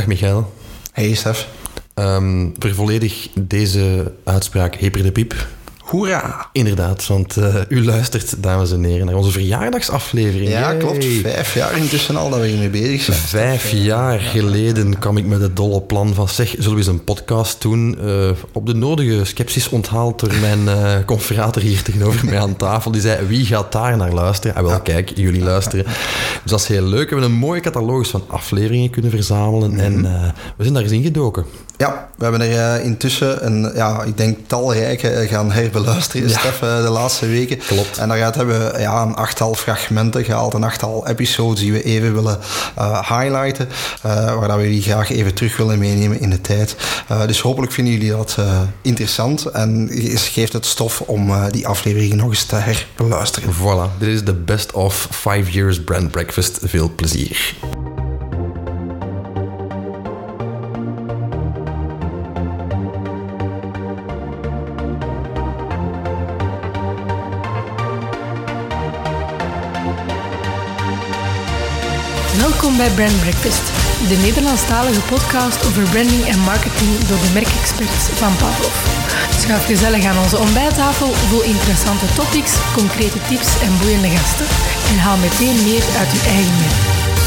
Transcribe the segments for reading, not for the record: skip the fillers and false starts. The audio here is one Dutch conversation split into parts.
Michael. Hey Stef. Vervolledig deze uitspraak Heper de Piep. Hoera! Inderdaad, want u luistert, dames en heren, naar onze verjaardagsaflevering. Ja, klopt. 5 jaar intussen al dat we hiermee bezig zijn. 5 jaar geleden kwam ik met het dolle plan van... Zeg, zullen we eens een podcast doen? Op de nodige sceptisch onthaald door mijn confrater hier tegenover mij aan tafel. Die zei, wie gaat daar naar luisteren? En wel, kijk, jullie luisteren. Dus dat is heel leuk. We hebben een mooie catalogus van afleveringen kunnen verzamelen. En we zijn daar eens ingedoken. Ja, we hebben er intussen ik denk talrijke gaan herbeluisteren, Stef, de laatste weken. Klopt. En daaruit hebben we een 8-tal fragmenten gehaald, een 8-tal episodes die we even willen highlighten, waar we jullie graag even terug willen meenemen in de tijd. Dus hopelijk vinden jullie dat interessant en geeft het stof om die afleveringen nog eens te herbeluisteren. Voilà, dit is de best of 5 years brand breakfast. Veel plezier. Welkom bij Brand Breakfast, de Nederlandstalige podcast over branding en marketing door de merkexperts van Pavlov. Schuif gezellig aan onze ontbijttafel vol interessante topics, concrete tips en boeiende gasten. En haal meteen meer uit uw eigen merk.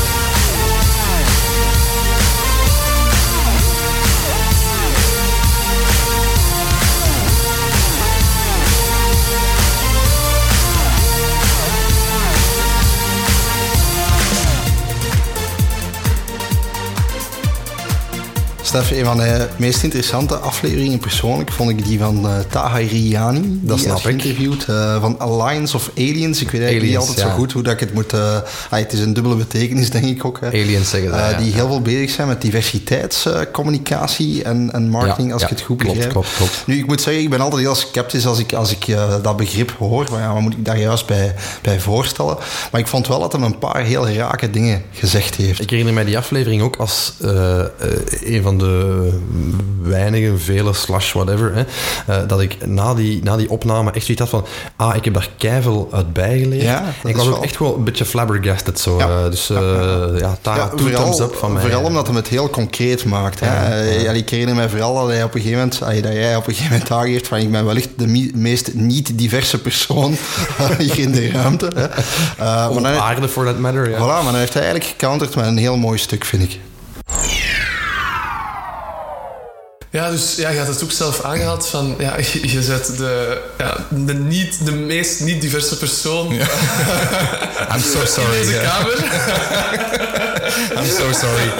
Stef, een van de meest interessante afleveringen persoonlijk vond ik die van Tahir Riani. Dat snap ik. Geïnterviewd van Alliance of Aliens. Ik weet eigenlijk niet altijd zo goed hoe dat ik het moet... het is een dubbele betekenis, denk ik ook. Hè. Aliens zeggen dat, die heel veel bezig zijn met diversiteitscommunicatie en marketing, als ik het goed begrijp. Klopt. Nu, ik moet zeggen, ik ben altijd heel sceptisch als ik dat begrip hoor. Maar wat moet ik daar juist bij voorstellen? Maar ik vond wel dat hij een paar heel rake dingen gezegd heeft. Ik herinner mij die aflevering ook als een van de weinige, vele /whatever, dat ik na die opname echt zoiets had van, ik heb daar keiveel uit bijgeleerd. Ja, en ik was ook echt wel een beetje flabbergasted zo. Two thumbs up van mij. Vooral omdat hij het heel concreet maakt. Hè. Ik herinner mij vooral dat jij op een gegeven moment aangeeft van, ik ben wellicht de meest niet diverse persoon hier in de ruimte. Hè. Op aarde, for that matter. Ja. Voilà, maar dan heeft hij eigenlijk gecounterd met een heel mooi stuk, vind ik. Ja, dus je had het ook zelf aangehaald van, je bent de meest niet diverse persoon I'm so sorry. in deze kamer. I'm so sorry.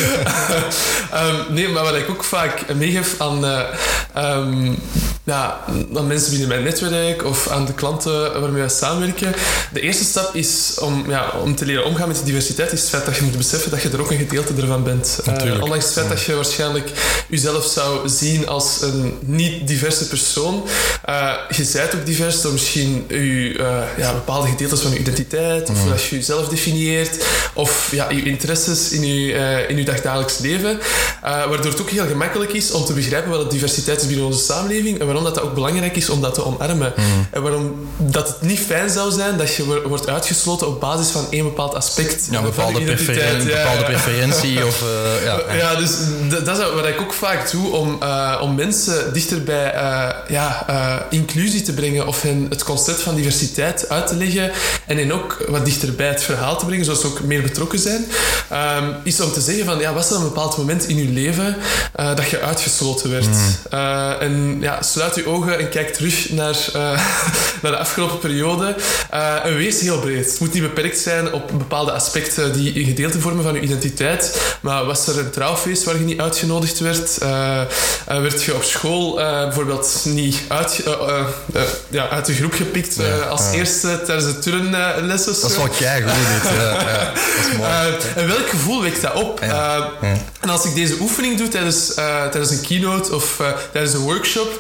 Nee, maar wat ik ook vaak meegeef aan mensen binnen mijn netwerk of aan de klanten waarmee wij samenwerken. De eerste stap is om te leren omgaan met die diversiteit, is het feit dat je moet beseffen dat je er ook een gedeelte ervan bent. Ondanks het feit dat je waarschijnlijk jezelf zou zien als een niet-diverse persoon. Je bent ook divers door misschien bepaalde gedeeltes van je identiteit, of als je jezelf definieert, of je interesses in je dagdagelijks leven. Waardoor het ook heel gemakkelijk is om te begrijpen wat diversiteit is binnen onze samenleving en waarom dat ook belangrijk is om dat te omarmen. En waarom dat het niet fijn zou zijn dat je wordt uitgesloten op basis van één bepaald aspect. Ja, een bepaalde preferentie. Dus dat is wat ik ook vaak doe om mensen dichter bij inclusie te brengen of hen het concept van diversiteit uit te leggen en hen ook wat dichter bij het verhaal te brengen, zodat ze ook meer betrokken zijn, is om te zeggen van, was er een bepaald moment in je leven dat je uitgesloten werd. Sluit je ogen en kijk terug naar de afgelopen periode en wees heel breed. Het moet niet beperkt zijn op bepaalde aspecten die een gedeelte vormen van je identiteit, maar was er een trouwfeest waar je niet uitgenodigd werd? Werd je op school bijvoorbeeld niet uit de groep gepikt als eerste tijdens de turnlessen? Dat is wel keigoed dit. Dat is mooi. En welk gevoel wekt dat op? En als ik deze oefening doe tijdens een keynote of tijdens een workshop,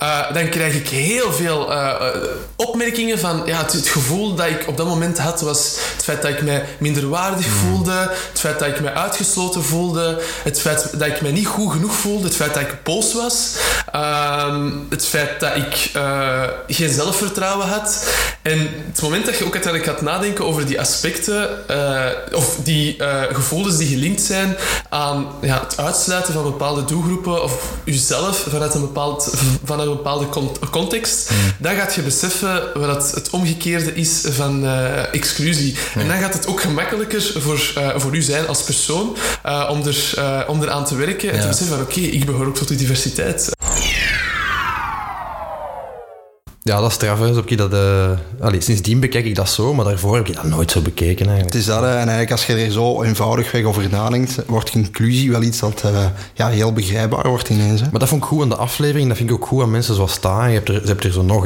dan krijg ik heel veel opmerkingen van... Ja, het gevoel dat ik op dat moment had, was het feit dat ik mij minderwaardig voelde, het feit dat ik mij uitgesloten voelde, het feit dat ik mij niet goed genoeg voelde, het feit dat ik boos was, het feit dat ik geen zelfvertrouwen had. En het moment dat je ook uiteindelijk gaat nadenken over die aspecten, of die gevoelens die gelinkt zijn aan het uitsluiten van bepaalde doelgroepen of jezelf vanuit een bepaalde context, dan gaat je beseffen wat het omgekeerde is van exclusie. En dan gaat het ook gemakkelijker voor u zijn als persoon om eraan te werken en te beseffen van oké, ik behoor ook tot de diversiteit. Ja, dat is straf. Sindsdien bekijk ik dat zo, maar daarvoor heb ik dat nooit zo bekeken eigenlijk. Het is dat, en eigenlijk als je er zo eenvoudigweg over nadenkt, wordt inclusie wel iets dat heel begrijpbaar wordt ineens. Hè. Maar dat vond ik goed aan de aflevering, dat vind ik ook goed aan mensen zoals Ta. Je hebt er zo nog,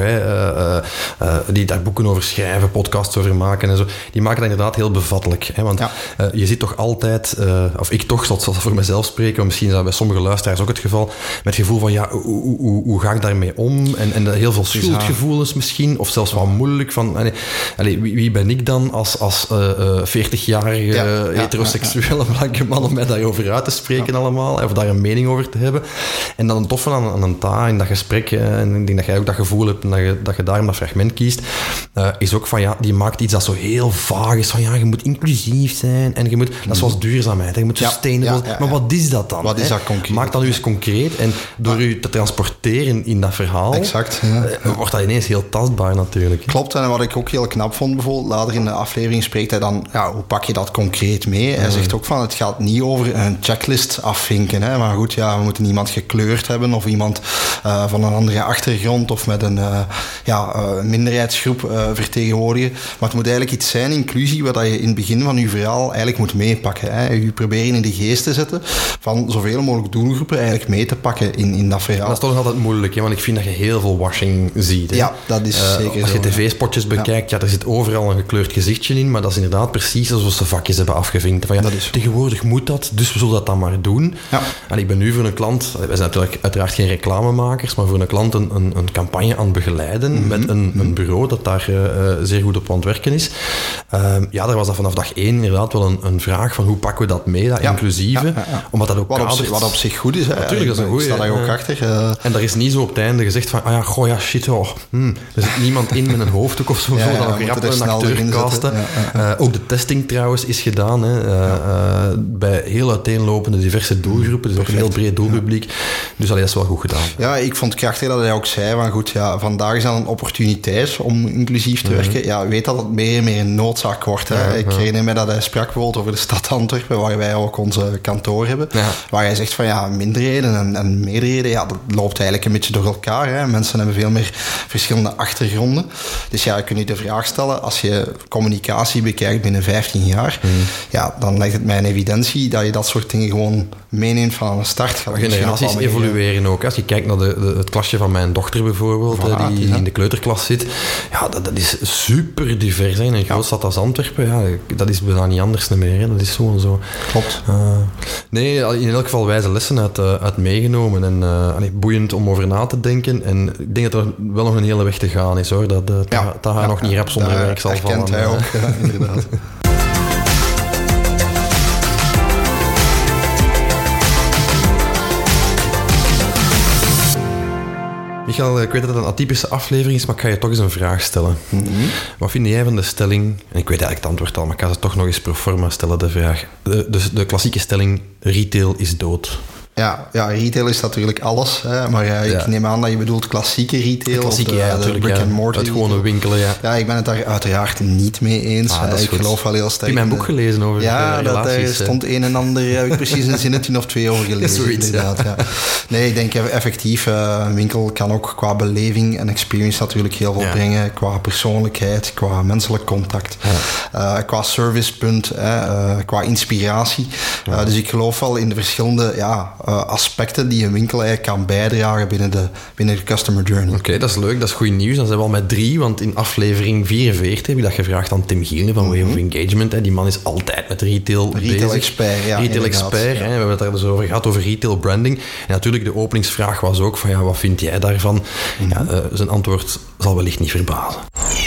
die daar boeken over schrijven, podcasts over maken en zo. Die maken dat inderdaad heel bevattelijk. Hè, want je ziet toch altijd, of ik toch, dat zal voor mezelf spreken, maar misschien is dat bij sommige luisteraars ook het geval, met het gevoel van, hoe ga ik daarmee om? En heel veel schuldgevoelens misschien, of zelfs wel moeilijk van, wie ben ik dan als 40-jarige heteroseksuele blanke man om mij daarover uit te spreken allemaal, of daar een mening over te hebben. En dan het toffe aan een Ta in dat gesprek, en ik denk dat jij ook dat gevoel hebt en dat je daarom dat fragment kiest, is ook van, die maakt iets dat zo heel vaag is, van je moet inclusief zijn, en je moet, dat is zoals duurzaamheid, je moet sustainable, maar wat is dat dan? Wat is dat concreet? Maak dat nu eens concreet, en door u te transporteren in dat verhaal, wordt dat ineens heel tastbaar natuurlijk. Klopt, en wat ik ook heel knap vond bijvoorbeeld, later in de aflevering spreekt hij dan, hoe pak je dat concreet mee? Hij zegt ook van, het gaat niet over een checklist afvinken, hè? Maar goed, we moeten iemand gekleurd hebben of iemand van een andere achtergrond of met een minderheidsgroep vertegenwoordigen. Maar het moet eigenlijk iets zijn, inclusie, wat je in het begin van je verhaal eigenlijk moet meepakken. Hè? Je proberen in de geest te zetten van zoveel mogelijk doelgroepen eigenlijk mee te pakken in dat verhaal. Dat is toch nog altijd moeilijk, hè? Want ik vind dat je heel veel washing ziet. Hè? Ja, dat is zeker als je zo, tv-spotjes bekijkt, er zit overal een gekleurd gezichtje in, maar dat is inderdaad precies zoals ze vakjes hebben afgevinkt. Van, tegenwoordig moet dat, dus we zullen dat dan maar doen. Ja. En ik ben nu voor een klant, wij zijn natuurlijk uiteraard geen reclamemakers, maar voor een klant een campagne aan het begeleiden met een bureau dat daar zeer goed op aan het werken is. Daar was dat vanaf dag 1 inderdaad wel een vraag van hoe pakken we dat mee, dat inclusieve, omdat dat ook wat op zich goed is. Natuurlijk, dat is een goeie. Ik sta daar ook achter. En daar is niet zo op het einde gezegd van, er zit niemand in met een hoofddoek of zo, dan ook rap een acteur casten. Ook de testing trouwens is gedaan, bij heel uiteenlopende diverse doelgroepen, dus ook een heel breed doelpubliek. Dus dat is wel goed gedaan. Ja, ik vond het krachtig dat hij ook zei van goed, vandaag is dan een opportuniteit om inclusief te werken. Ja, weet dat het meer en meer een noodzaak wordt. Hè. Ik herinner me dat hij sprak bijvoorbeeld over de stad Antwerpen, waar wij ook onze kantoor hebben. Ja. Waar hij zegt van minderheden en meerderheden, dat loopt eigenlijk een beetje door elkaar. Hè. Mensen hebben veel meer verschillende achtergronden. Dus je kunt je de vraag stellen, als je communicatie bekijkt binnen 15 jaar, dan legt het mij in evidentie dat je dat soort dingen gewoon meeneemt van aan de start. Generaties evolueren ook. Als je kijkt naar het klasje van mijn dochter bijvoorbeeld, die in de kleuterklas zit, dat is super divers. In een groot stad als Antwerpen, dat is bijna niet anders meer. Hè. Dat is zo en zo. Klopt. In elk geval wijze lessen uit meegenomen en boeiend om over na te denken. En ik denk dat er wel nog een hele weg te gaan is, hoor. Dat hij nog niet rap zonder werk zal vallen. Dat herkent hij ook, inderdaad. Michael, ik weet dat het een atypische aflevering is, maar ik ga je toch eens een vraag stellen. Wat vind jij van de stelling, en ik weet eigenlijk het antwoord al, maar ik ga ze toch nog eens pro forma stellen, de vraag. De klassieke stelling, retail is dood. Ja, retail is natuurlijk alles. Hè, maar ik neem aan dat je bedoelt klassieke retail. Klassieke, de brick-and-mortar. Het gewone winkelen, Ja, ik ben het daar uiteraard niet mee eens. Ik geloof wel heel sterk. Heb je mijn boek gelezen over relaties? Daar stond een en ander, heb ik precies een zinnetje of 2 over gelezen. Zoiets, inderdaad. Ja. Nee, ik denk effectief, een winkel kan ook qua beleving en experience natuurlijk heel veel brengen. Qua persoonlijkheid, qua menselijk contact. Qua servicepunt, qua inspiratie. Dus ik geloof wel in de verschillende aspecten die een winkel eigenlijk kan bijdragen binnen de customer journey. Oké, dat is leuk, dat is goed nieuws. Dan zijn we al met 3, want in aflevering 44 heb ik dat gevraagd aan Tim Gielen van Way of Engagement. Hè. Die man is altijd met retail bezig. Expert, ja. Retail expert, hè. We hebben het daar dus over gehad, over retail branding. En natuurlijk, de openingsvraag was ook van, wat vind jij daarvan? Zijn antwoord zal wellicht niet verbazen.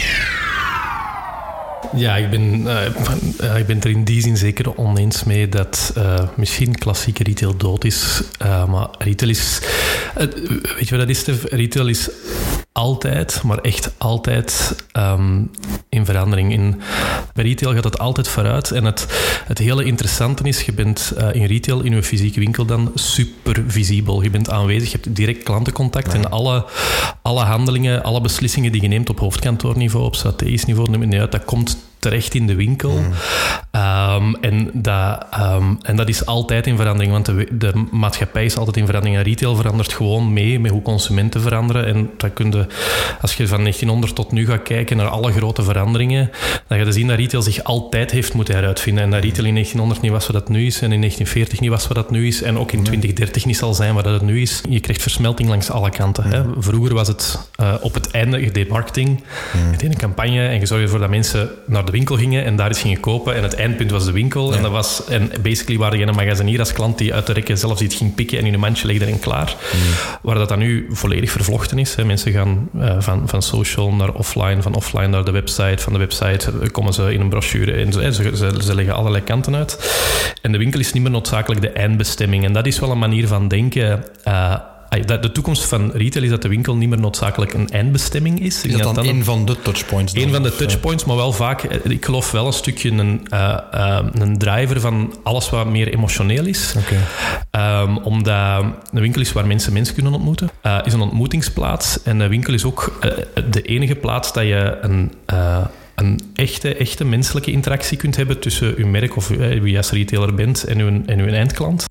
Ja, ik ben het er in die zin zeker oneens mee dat misschien klassieke retail dood is. Maar retail is... weet je wat dat is, Stef? Retail is altijd, maar echt altijd in verandering. Bij retail gaat het altijd vooruit. En het hele interessante is, je bent in retail, in je fysieke winkel dan, super visibel. Je bent aanwezig, je hebt direct klantencontact. En alle handelingen, alle beslissingen die je neemt op hoofdkantoorniveau, op strategisch niveau, neem je niet uit, dat komt terecht in de winkel. En dat is altijd in verandering, want de maatschappij is altijd in verandering. En retail verandert gewoon mee met hoe consumenten veranderen. En dat kun je, als je van 1900 tot nu gaat kijken naar alle grote veranderingen, dan ga je zien dat retail zich altijd heeft moeten heruitvinden. En dat retail in 1900 niet was wat dat nu is, en in 1940 niet was wat dat nu is, en ook in 2030 niet zal zijn wat dat het nu is. Je krijgt versmelting langs alle kanten. Hè. Vroeger was het op het einde, je deed marketing, je deed een campagne en je zorgde ervoor dat mensen naar de winkel gingen en daar eens gingen kopen. En het eindpunt was de winkel. Ja. En basically waren je een magasinier als klant die uit de rekken zelf iets ging pikken en in een mandje legde en klaar. Waar dat dan nu volledig vervlochten is. Hè. Mensen gaan van social naar offline, van offline naar de website. Van de website komen ze in een brochure en ze leggen allerlei kanten uit. En de winkel is niet meer noodzakelijk de eindbestemming. En dat is wel een manier van denken. De toekomst van retail is dat de winkel niet meer noodzakelijk een eindbestemming is. Is dat dan een van de touchpoints? Een van de touchpoints, maar wel vaak, ik geloof wel een stukje een driver van alles wat meer emotioneel is. Okay. Omdat de winkel is waar mensen kunnen ontmoeten. Is een ontmoetingsplaats. En de winkel is ook de enige plaats dat je een echte menselijke interactie kunt hebben tussen uw merk of wie als retailer bent en uw eindklant.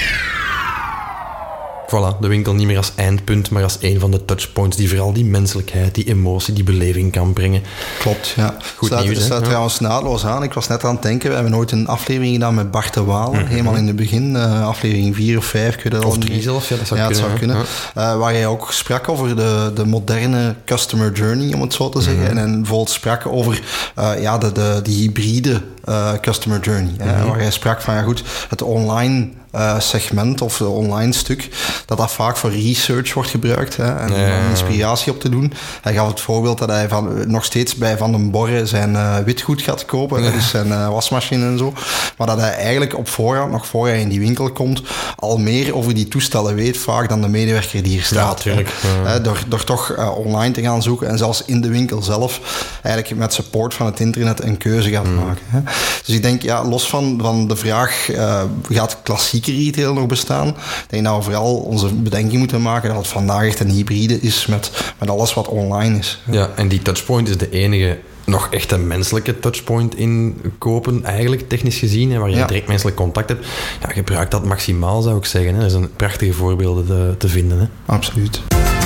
Voilà, de winkel niet meer als eindpunt, maar als een van de touchpoints die vooral die menselijkheid, die emotie, die beleving kan brengen. Klopt, ja. Goed nieuws, staat trouwens naadloos aan. Ik was net aan het denken, we hebben ooit een aflevering gedaan met Bart de Waal, helemaal in het begin, aflevering 4 of 5. Ik weet het of 3 zelfs, ja, dat zou kunnen. Waar hij ook sprak over de moderne customer journey, om het zo te zeggen. En bijvoorbeeld sprak over die hybride customer journey. Waar hij sprak van, het online segment of het online stuk, dat vaak voor research wordt gebruikt en om inspiratie op te doen. Hij gaf het voorbeeld dat hij nog steeds bij Van den Borre zijn witgoed gaat kopen, dus zijn wasmachine en zo, maar dat hij eigenlijk op voorhand, nog voor hij in die winkel komt, al meer over die toestellen weet vaak dan de medewerker die hier staat. Ja, door toch online te gaan zoeken en zelfs in de winkel zelf eigenlijk met support van het internet een keuze gaat maken. Hè. Dus ik denk, los van de vraag, gaat klassieke retail nog bestaan? Ik denk dat we vooral onze bedenking moeten maken dat het vandaag echt een hybride is met alles wat online is. Ja, en die touchpoint is de enige nog echt een menselijke touchpoint in kopen, eigenlijk technisch gezien, waar je direct menselijk contact hebt. Ja, gebruik dat maximaal, zou ik zeggen. Hè. Er zijn prachtige voorbeelden te vinden. Hè. Absoluut.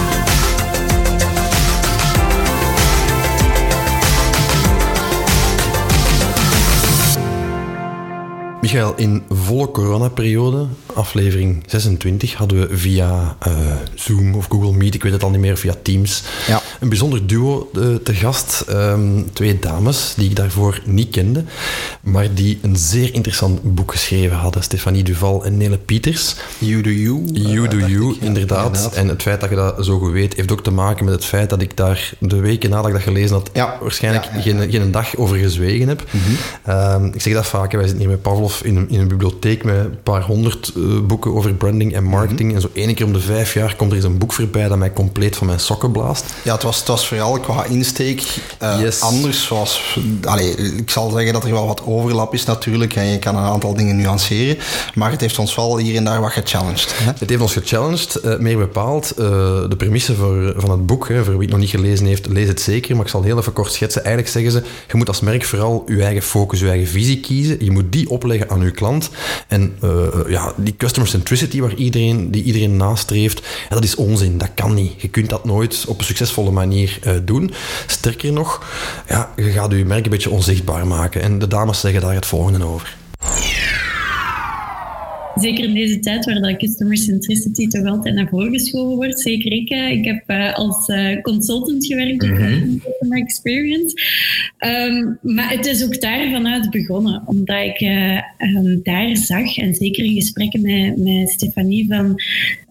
Michael, in volle coronaperiode, aflevering 26, hadden we via Zoom of Google Meet, ik weet het al niet meer, via Teams, een bijzonder duo te gast. 2 dames die ik daarvoor niet kende, maar die een zeer interessant boek geschreven hadden. Stefanie Duval en Nele Pieters. You Do You. You Do You, inderdaad. En het feit dat je dat zo goed weet, heeft ook te maken met het feit dat ik daar de weken nadat ik dat gelezen had, waarschijnlijk geen dag over gezwegen heb. Ik zeg dat vaak, wij zitten hier met Pavlov in een bibliotheek met een paar 100 boeken over branding en marketing. En zo 1 keer om de 5 jaar komt er eens een boek voorbij dat mij compleet van mijn sokken blaast. Ja, het was vooral qua insteek anders. Zoals, ik zal zeggen dat er wel wat overlap is natuurlijk en je kan een aantal dingen nuanceren, maar het heeft ons wel hier en daar wat gechallenged. Hè? Het heeft ons gechallenged, meer bepaald. De premisse van het boek, voor wie het nog niet gelezen heeft, lees het zeker, maar ik zal heel even kort schetsen. Eigenlijk zeggen ze, je moet als merk vooral je eigen focus, je eigen visie kiezen. Je moet die opleggen aan je klant. En die customer centricity die iedereen nastreeft, dat is onzin. Dat kan niet. Je kunt dat nooit op een succesvolle manier doen. Sterker nog, je gaat je merk een beetje onzichtbaar maken. En de dames zeggen daar het volgende over. zeker in deze tijd waar dat customer centricity toch altijd naar voren geschoven wordt. Zeker ik heb als consultant gewerkt op customer experience. Maar het is ook daar vanuit begonnen, omdat ik daar zag, en zeker in gesprekken met Stefanie, van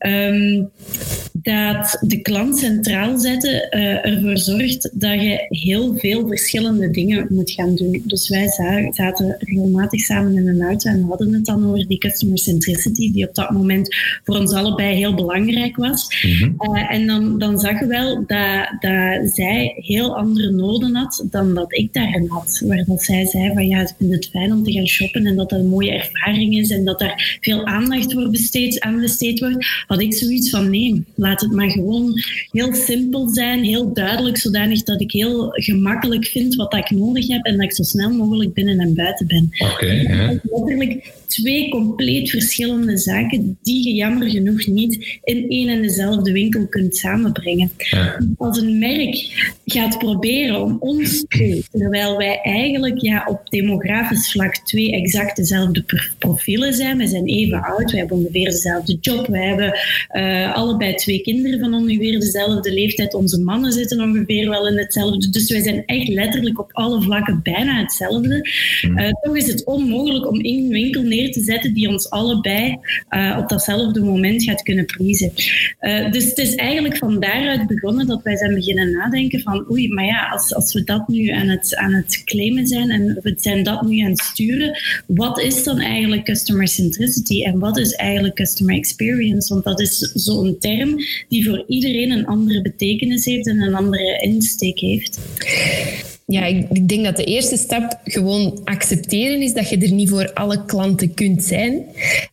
dat de klant centraal zetten ervoor zorgt dat je heel veel verschillende dingen moet gaan doen. Dus wij zaten regelmatig samen in een auto en hadden het dan over die customer centricity, die op dat moment voor ons allebei heel belangrijk was. En dan zag je wel dat zij heel andere noden had dan dat ik daarin had. Waar dat zij zei van ja, ik vind het fijn om te gaan shoppen en dat een mooie ervaring is en dat daar veel aandacht voor aan besteed wordt, had ik zoiets van nee, laat het maar gewoon heel simpel zijn, heel duidelijk, zodanig dat ik heel gemakkelijk vind wat ik nodig heb en dat ik zo snel mogelijk binnen en buiten ben. Letterlijk 2 compleet verschillende zaken die je jammer genoeg niet in één en dezelfde winkel kunt samenbrengen. Als een merk gaat proberen om ons te, terwijl wij eigenlijk op demografisch vlak 2 exact dezelfde profielen zijn. We zijn even oud, we hebben ongeveer dezelfde job, we hebben allebei 2 kinderen van ongeveer dezelfde leeftijd, onze mannen zitten ongeveer wel in hetzelfde, dus wij zijn echt letterlijk op alle vlakken bijna hetzelfde. Toch is het onmogelijk om één winkel neer te zetten die ons allebei op datzelfde moment gaat kunnen pleasen. Dus het is eigenlijk van daaruit begonnen dat wij zijn beginnen nadenken van oei, maar ja, als we dat nu aan het claimen zijn en we zijn dat nu aan het sturen, wat is dan eigenlijk customer centricity en wat is eigenlijk customer experience? Want dat is zo'n term die voor iedereen een andere betekenis heeft en een andere insteek heeft. Ja, ik denk dat de eerste stap gewoon accepteren is dat je er niet voor alle klanten kunt zijn.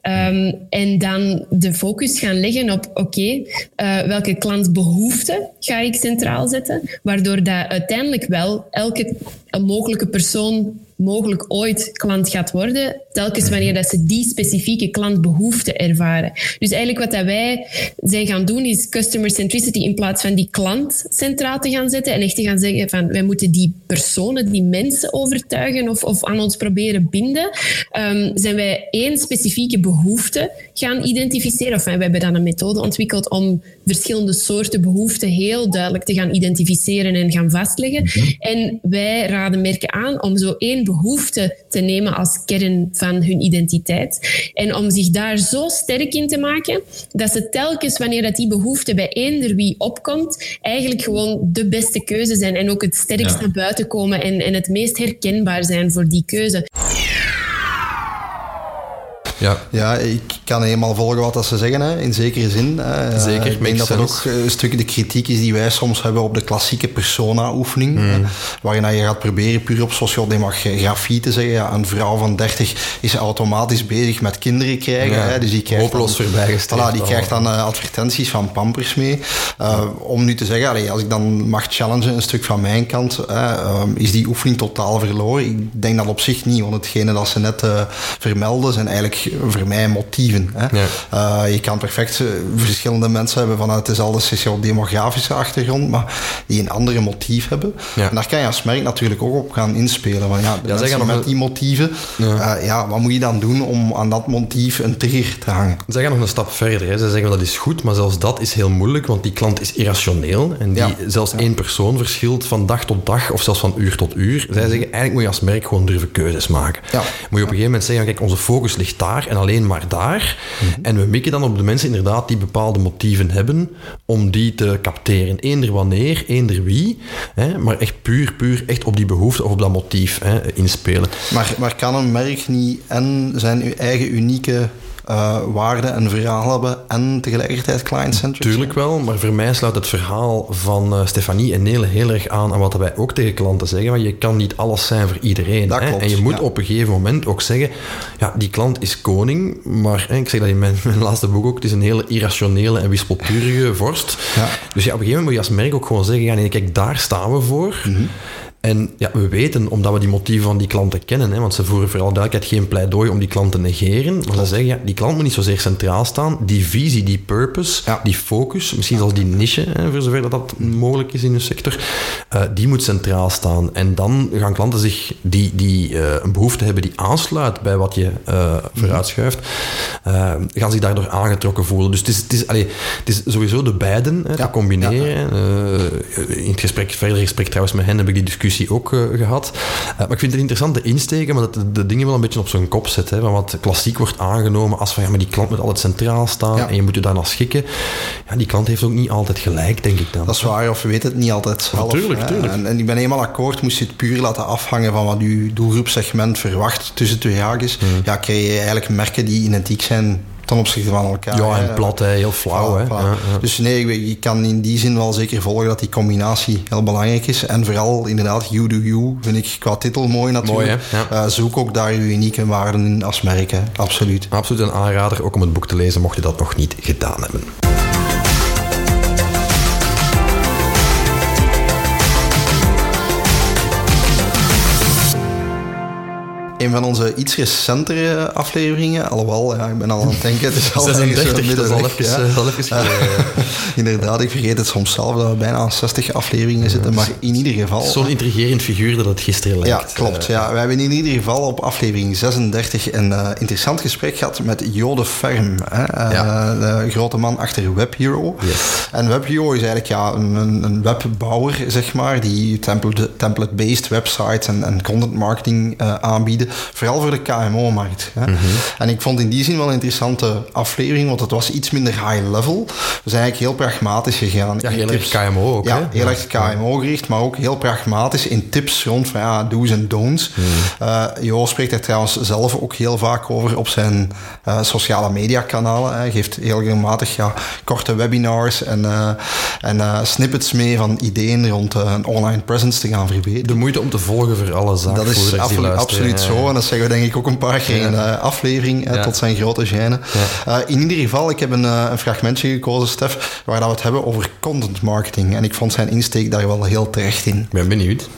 En dan de focus gaan leggen op welke klantbehoeften ga ik centraal zetten, waardoor dat uiteindelijk wel elke mogelijke persoon mogelijk ooit klant gaat worden, telkens wanneer dat ze die specifieke klantbehoeften ervaren. Dus eigenlijk wat dat wij zijn gaan doen, is customer centricity in plaats van die klant centraal te gaan zetten en echt te gaan zeggen van wij moeten die personen, die mensen overtuigen of aan ons proberen binden, zijn wij 1 specifieke behoefte gaan identificeren. Of wij hebben dan een methode ontwikkeld om verschillende soorten behoeften heel duidelijk te gaan identificeren en gaan vastleggen. En wij raden merken aan om zo 1 behoefte te nemen als kern van hun identiteit. En om zich daar zo sterk in te maken, dat ze telkens wanneer dat die behoefte bij eender wie opkomt, eigenlijk gewoon de beste keuze zijn en ook het sterkst naar buiten komen en het meest herkenbaar zijn voor die keuze. Ja, ik kan helemaal volgen wat ze zeggen, hè, in zekere zin. Zeker, ik denk dat dat ook een stuk de kritiek is die wij soms hebben op de klassieke persona-oefening, waarin je gaat proberen puur op sociodemografie te zeggen, ja, een vrouw van 30 is automatisch bezig met kinderen krijgen. Hè, dus die krijgt hopeloos voorbijgestreefd. Die krijgt dan advertenties van Pampers mee. Om nu te zeggen, als ik dan mag challengen een stuk van mijn kant, is die oefening totaal verloren. Ik denk dat op zich niet, want hetgene dat ze net vermelden zijn eigenlijk voor mij motieven. Hè. Ja. Je kan perfect verschillende mensen hebben vanuit dezelfde sociodemografische achtergrond, maar die een andere motief hebben. Ja. En daar kan je als merk natuurlijk ook op gaan inspelen. Van, mensen met die motieven, wat moet je dan doen om aan dat motief een trigger te hangen? Zij gaan nog een stap verder. Hè. Zij zeggen dat is goed, maar zelfs dat is heel moeilijk, want die klant is irrationeel en zelfs 1 persoon verschilt van dag tot dag of zelfs van uur tot uur. Zij zeggen, eigenlijk moet je als merk gewoon durven keuzes maken. Ja. Moet je op een gegeven moment zeggen, kijk, onze focus ligt daar en alleen maar daar. En we mikken dan op de mensen inderdaad die bepaalde motieven hebben om die te capteren. Eender wanneer, eender wie, hè, maar echt puur echt op die behoefte of op dat motief inspelen. Maar kan een merk niet en zijn eigen unieke waarden en verhaal hebben en tegelijkertijd client-centric? Tuurlijk wel, maar voor mij sluit het verhaal van Stefanie en Nele heel erg aan wat wij ook tegen klanten zeggen, want je kan niet alles zijn voor iedereen. Dat klopt, en je moet op een gegeven moment ook zeggen, die klant is koning, maar ik zeg dat in mijn laatste boek ook, het is een hele irrationele en wispelturige vorst. Ja. Dus op een gegeven moment moet je als merk ook gewoon zeggen, kijk, daar staan we voor. En ja, we weten, omdat we die motieven van die klanten kennen, hè, want ze voeren voor alle duidelijkheid geen pleidooi om die klant te negeren, maar ze zeggen, ja, die klant moet niet zozeer centraal staan. Die visie, die purpose, die focus, misschien zelfs die niche, hè, voor zover dat mogelijk is in hun sector, die moet centraal staan. En dan gaan klanten zich die een behoefte hebben die aansluit bij wat je vooruitschuift, gaan zich daardoor aangetrokken voelen. Dus het is sowieso de beiden te combineren. In het verdere gesprek trouwens met hen heb ik die discussie ook gehad. Maar ik vind het een interessante insteek, maar dat de dingen wel een beetje op zijn kop zet. Hè, van wat klassiek wordt aangenomen als van ja, maar die klant moet altijd centraal staan en je moet je daarna schikken. Ja, die klant heeft ook niet altijd gelijk, denk ik dan. Dat is waar, of we weten het niet altijd zelf. Tuurlijk. En ik ben eenmaal akkoord, moest je het puur laten afhangen van wat je doelgroepsegment verwacht tussen twee haakjes. Ja, krijg je eigenlijk merken die identiek zijn ten opzichte van elkaar. Ja, en plat, heel flauw. Voilà. Ja. Dus nee, je kan in die zin wel zeker volgen dat die combinatie heel belangrijk is. En vooral inderdaad, you do you, vind ik qua titel mooi natuurlijk. Mooi, zoek ook daar je unieke waarden in als merk. Hè. Absoluut. Absoluut een aanrader, ook om het boek te lezen, mocht je dat nog niet gedaan hebben. Een van onze iets recentere afleveringen, alhoewel, ik ben al aan het denken, het is al 36, dat is al even inderdaad, ik vergeet het soms zelf dat we bijna aan 60 afleveringen zitten, maar in ieder geval... Zo'n intrigerend figuur dat het gisteren lijkt. Ja, klopt. We hebben in ieder geval op aflevering 36 een interessant gesprek gehad met Jo de Ferm, de grote man achter WebHero. Yes. En WebHero is eigenlijk een webbouwer, zeg maar, die template-based websites en content marketing aanbieden. Vooral voor de KMO-markt. En ik vond in die zin wel een interessante aflevering, want het was iets minder high-level. We zijn eigenlijk heel pragmatisch gegaan. Ja, heel erg KMO ook. Ja, heel erg KMO gericht, maar ook heel pragmatisch in tips rond van do's en don'ts. Jo spreekt er trouwens zelf ook heel vaak over op zijn sociale media-kanalen. Hij geeft heel regelmatig korte webinars en snippets mee van ideeën rond een online presence te gaan verbeteren. De moeite om te volgen voor alle zaakvoerders. Dat is absoluut zo. En dat zeggen we denk ik ook een paar keer in de aflevering, tot zijn grote gêne. In ieder geval, ik heb een fragmentje gekozen, Stef, waar we het hebben over content marketing. En ik vond zijn insteek daar wel heel terecht in. Ik ben benieuwd.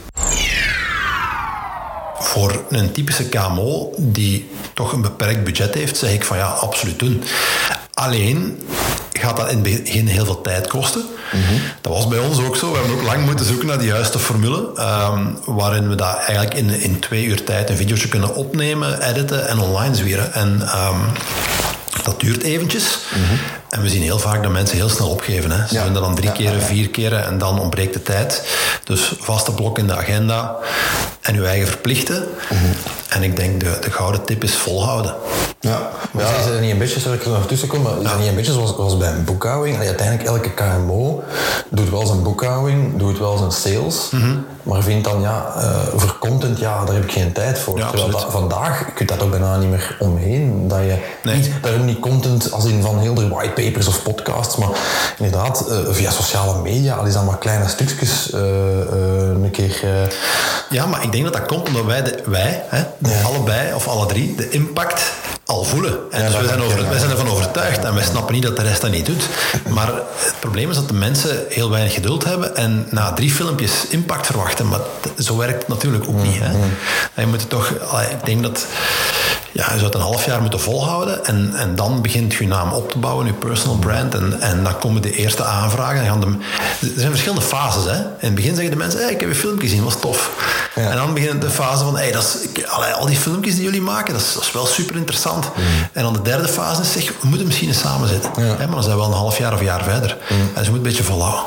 Voor een typische KMO die toch een beperkt budget heeft, zeg ik van ja, absoluut doen. Alleen gaat dat in het begin heel veel tijd kosten. Dat was bij ons ook zo. We hebben ook lang moeten zoeken naar de juiste formule, waarin we dat eigenlijk in 2 uur tijd een videootje kunnen opnemen, editen en online zwieren. En dat duurt eventjes. En we zien heel vaak dat mensen heel snel opgeven. Hè. Ze doen dat dan 3 keren, 4 keren en dan ontbreekt de tijd. Dus vaste blok in de agenda en uw eigen verplichten. En ik denk de gouden tip is volhouden. Is het niet een beetje, sorry, ik er nog tussen kom, maar is het niet een beetje zoals bij een boekhouding? Uiteindelijk elke KMO doet wel zijn boekhouding, doet wel zijn sales, maar vindt dan voor content, daar heb ik geen tijd voor. Terwijl vandaag kun je dat ook bijna niet meer omheen. Dat je daarom niet content als in van heel de whitepapers of podcasts, maar inderdaad via sociale media, al is dat maar kleine stukjes een keer... Ja, maar ik denk dat komt omdat wij allebei of alle drie, de impact al voelen. En dus wij zijn ervan overtuigd en wij snappen niet dat de rest dat niet doet. Maar het probleem is dat de mensen heel weinig geduld hebben en na 3 filmpjes impact verwachten. Maar zo werkt het natuurlijk ook niet. Hè. En je moet het toch... Ik denk dat... je zou het een half jaar moeten volhouden en dan begint je naam op te bouwen, je personal brand en dan komen de eerste aanvragen. Er zijn verschillende fases. Hè. In het begin zeggen de mensen, ik heb je filmpje gezien, was tof. En dan begint de fase van, al die filmpjes die jullie maken, dat is wel super interessant. En dan de derde fase is, we moeten misschien eens samen zitten. Maar dan zijn we wel een half jaar of jaar verder. En ze moet een beetje volhouden.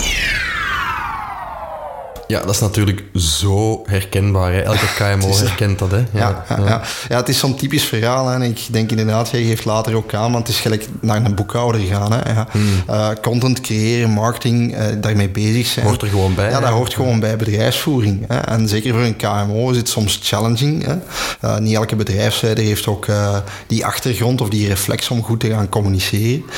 Ja, dat is natuurlijk zo herkenbaar. Hè. Elke KMO herkent dat. Hè. Ja, het is zo'n typisch verhaal. Hè. En ik denk inderdaad, jij geeft later ook aan, want het is gelijk naar een boekhouder gaan. Hè. Content creëren, marketing, daarmee bezig zijn. Hoort er gewoon bij. Ja, dat hoort gewoon bij bedrijfsvoering. Hè. En zeker voor een KMO is het soms challenging. Hè. Niet elke bedrijfsleider heeft ook die achtergrond of die reflex om goed te gaan communiceren.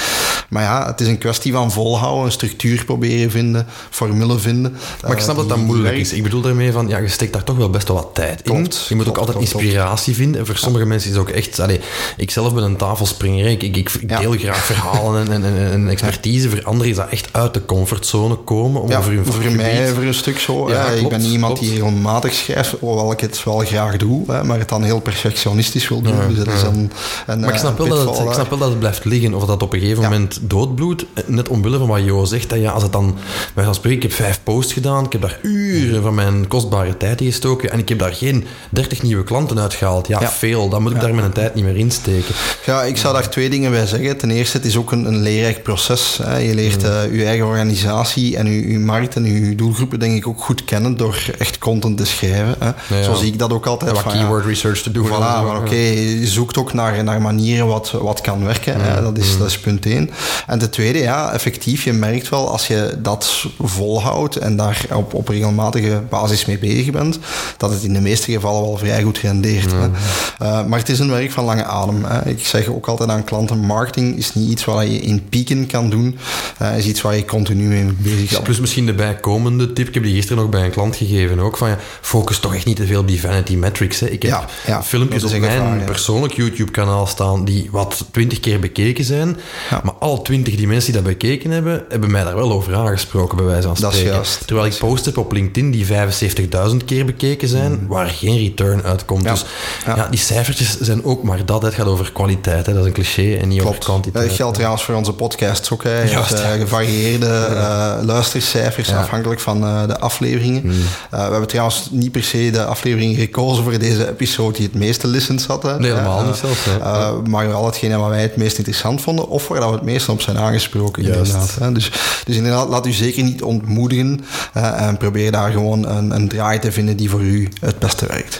Maar ja, het is een kwestie van volhouden, een structuur proberen vinden, formule vinden. Maar ik snap dat dat moeilijk is. Ik bedoel daarmee van, je steekt daar toch wel best wel wat tijd in. Je moet ook altijd inspiratie vinden. En voor sommige mensen is het ook echt... ik zelf ben een tafelspringer. Ik deel graag verhalen en expertise. Voor anderen is dat echt uit de comfortzone komen. Om over hun voor mij voor een stuk zo. Ja, ik ben iemand die regelmatig schrijft, hoewel ik het wel graag doe, maar het dan heel perfectionistisch wil doen. Dus dat is maar ik snap wel dat het blijft liggen, of dat op een gegeven moment doodbloedt. Net omwille van wat Jo zegt, dat als het dan... Wij gaan spreken, ik heb 5 posts gedaan, ik heb daar uren van mijn kostbare tijd in gestoken en ik heb daar geen 30 nieuwe klanten uitgehaald. Veel. Dan moet ik daar mijn tijd niet meer insteken. Ja, ik zou daar 2 dingen bij zeggen. Ten eerste, het is ook een leerrijk proces. Hè. Je leert je eigen organisatie en je markt en je doelgroepen denk ik ook goed kennen door echt content te schrijven. Hè. Zo zie ik dat ook altijd. Wat keyword research te doen. Voilà, je zoekt ook naar manieren wat kan werken. Hè. Dat is punt 1. En ten tweede, effectief, je merkt wel als je dat volhoudt en daar op regelmatige basis mee bezig bent, dat het in de meeste gevallen wel vrij goed rendeert. Hè. Maar het is een werk van lange adem. Hè. Ik zeg ook altijd aan klanten, marketing is niet iets wat je in pieken kan doen. Is iets waar je continu mee bezig bent. Plus misschien de bijkomende tip, ik heb die gisteren nog bij een klant gegeven ook, van focus toch echt niet te veel op die vanity metrics. Hè. Ik heb filmpjes op mijn persoonlijk YouTube-kanaal staan die wat 20 keer bekeken zijn, maar alle 20 die mensen die dat bekeken hebben mij daar wel over aangesproken, bij wijze van spreken. Terwijl ik posts heb op LinkedIn die 75.000 keer bekeken zijn, waar geen return uitkomt. Dus die cijfertjes zijn ook maar dat. Het gaat over kwaliteit, hè. Dat is een cliché en niet over kwantiteit. Dat geldt trouwens voor onze podcasts ook. Gevarieerde luistercijfers afhankelijk van de afleveringen. We hebben trouwens niet per se de aflevering gekozen voor deze episode die het meeste listens had. Nee, helemaal niet zelfs. Maar wel hetgene wat wij het meest interessant vonden of waar we het meest op zijn aangesproken. Inderdaad. Dus inderdaad, laat u zeker niet ontmoedigen en probeer daar gewoon een draai te vinden die voor u het beste werkt.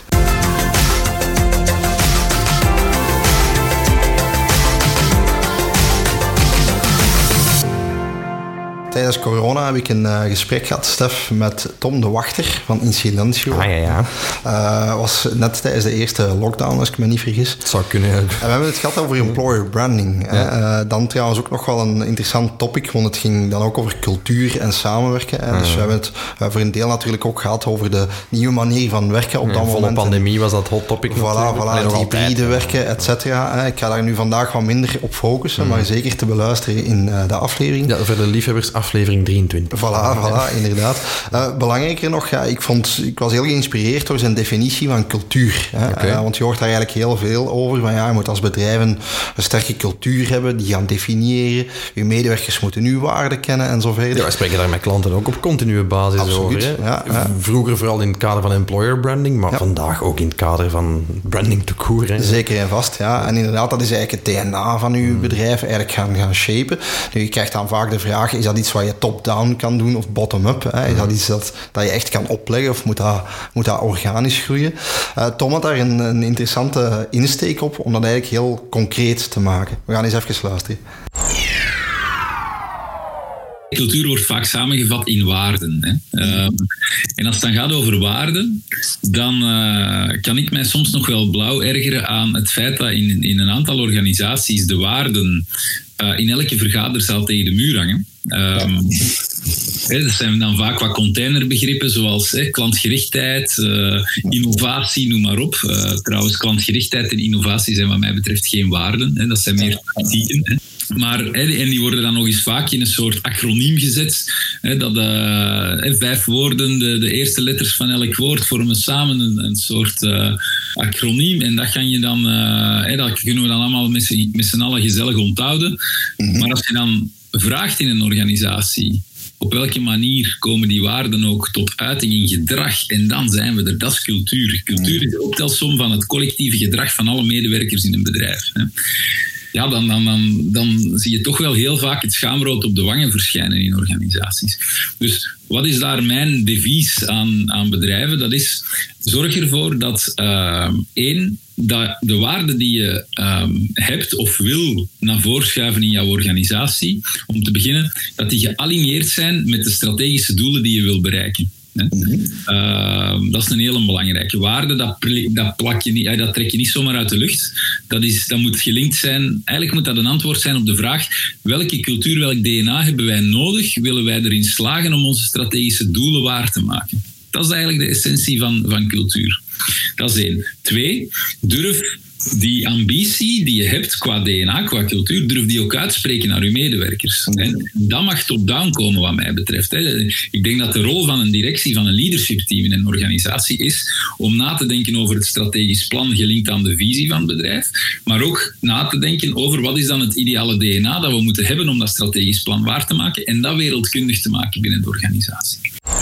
Tijdens corona heb ik een gesprek gehad, Stef, met Tom de Wachter van Insilentio. Was net tijdens de eerste lockdown, als ik me niet vergis. Het zou kunnen. En we hebben het gehad over employer branding. Dan trouwens ook nog wel een interessant topic, want het ging dan ook over cultuur en samenwerken. Dus we hebben het voor een deel natuurlijk ook gehad over de nieuwe manier van werken op dat moment. Volle pandemie was dat hot topic. Voilà, hybride werken, et cetera. Ik ga daar nu vandaag wat minder op focussen, maar zeker te beluisteren in de aflevering. Ja, voor de liefhebbers aflevering 23. Voilà, inderdaad. Belangrijker nog, ik was heel geïnspireerd door zijn definitie van cultuur. Want je hoort daar eigenlijk heel veel over. Van, je moet als bedrijf een sterke cultuur hebben, die gaan definiëren. Je medewerkers moeten uw waarden kennen en zo verder. Ja, wij spreken daar met klanten ook op continue basis over. Vroeger vooral in het kader van employer branding, maar vandaag ook in het kader van branding te court. Zeker en vast, En inderdaad, dat is eigenlijk het DNA van uw bedrijf eigenlijk gaan shapen. Nu, je krijgt dan vaak de vraag, is dat iets wat je top-down kan doen of bottom-up? Is dat iets dat je echt kan opleggen of moet dat organisch groeien? Tom had daar een interessante insteek op om dat eigenlijk heel concreet te maken. We gaan eens even luisteren. Cultuur wordt vaak samengevat in waarden. En als het dan gaat over waarden, dan kan ik mij soms nog wel blauw ergeren aan het feit dat in een aantal organisaties de waarden in elke vergaderzaal tegen de muur hangen. Dat zijn dan vaak wat containerbegrippen zoals klantgerichtheid, innovatie, noem maar op. Trouwens, klantgerichtheid en innovatie zijn wat mij betreft geen waarden. Dat zijn meer tactieken. Maar, en die worden dan nog eens vaak in een soort acroniem gezet. Dat 5 woorden, de eerste letters van elk woord vormen samen een soort acroniem. En dat kan je dan, dat kunnen we dan allemaal met z'n allen gezellig onthouden. Maar als je dan vraagt in een organisatie, op welke manier komen die waarden ook tot uiting in gedrag? En dan zijn we er. Dat is cultuur. Cultuur is de optelsom van het collectieve gedrag van alle medewerkers in een bedrijf. Ja, dan zie je toch wel heel vaak het schaamrood op de wangen verschijnen in organisaties. Dus wat is daar mijn devies aan bedrijven? Dat is, zorg ervoor dat dat de waarden die je hebt of wil naar voren schuiven in jouw organisatie, om te beginnen, dat die gealigneerd zijn met de strategische doelen die je wil bereiken. Dat is een hele belangrijke waarde. Dat trek je niet zomaar uit de lucht. Dat moet gelinkt zijn. Eigenlijk moet dat een antwoord zijn op de vraag: welke cultuur, welk DNA hebben wij nodig? Willen wij erin slagen om onze strategische doelen waar te maken? Dat is eigenlijk de essentie van cultuur. Dat is 1. 2, durf die ambitie die je hebt qua DNA, qua cultuur, durf die ook uitspreken naar je medewerkers. Dat mag top-down komen wat mij betreft. Ik denk dat de rol van een directie, van een leadership team in een organisatie is om na te denken over het strategisch plan gelinkt aan de visie van het bedrijf, maar ook na te denken over wat is dan het ideale DNA dat we moeten hebben om dat strategisch plan waar te maken en dat wereldkundig te maken binnen de organisatie.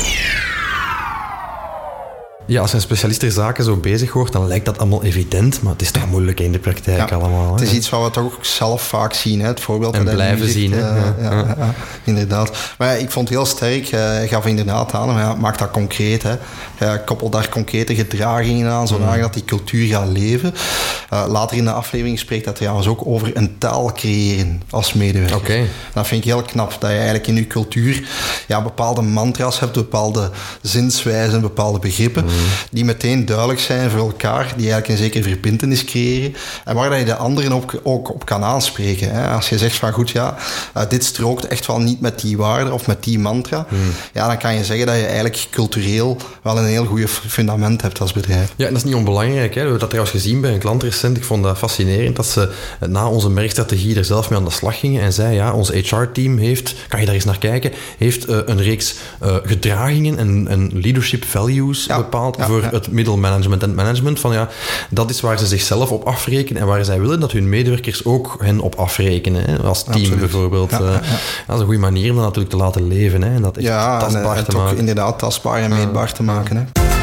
Ja, als een specialist ter zaken zo bezig wordt, dan lijkt dat allemaal evident, maar het is toch moeilijk in de praktijk allemaal. Het is iets wat we toch ook zelf vaak zien, hè? Het voorbeeld en blijven zien. Inderdaad. Maar ik vond het heel sterk, je gaf inderdaad aan, maar maak dat concreet. Hè? Koppel daar concrete gedragingen aan, zodat die cultuur gaat leven. Later in de aflevering spreekt dat trouwens ook over een taal creëren als medewerker. Okay. Dat vind ik heel knap, dat je eigenlijk in je cultuur bepaalde mantra's hebt, bepaalde zinswijzen, bepaalde begrippen, die meteen duidelijk zijn voor elkaar, die eigenlijk een zekere verbintenis creëren en waar je de anderen ook op kan aanspreken. Hè. Als je zegt van goed, dit strookt echt wel niet met die waarde of met die mantra, dan kan je zeggen dat je eigenlijk cultureel wel een heel goed fundament hebt als bedrijf. Ja, en dat is niet onbelangrijk. Hè. We hebben dat trouwens gezien bij een klant recent. Ik vond dat fascinerend dat ze na onze merkstrategie er zelf mee aan de slag gingen en zei, ons HR-team heeft, kan je daar eens naar kijken, heeft een reeks gedragingen en leadership values bepaald voor het middelmanagement en het management. Van dat is waar ze zichzelf op afrekenen en waar zij willen dat hun medewerkers ook hen op afrekenen. Hè, als team. Absoluut. Bijvoorbeeld. Dat is een goede manier om dat natuurlijk te laten leven. Hè, en dat echt tastbaar te maken. Ook inderdaad tastbaar en meetbaar te maken. Hè.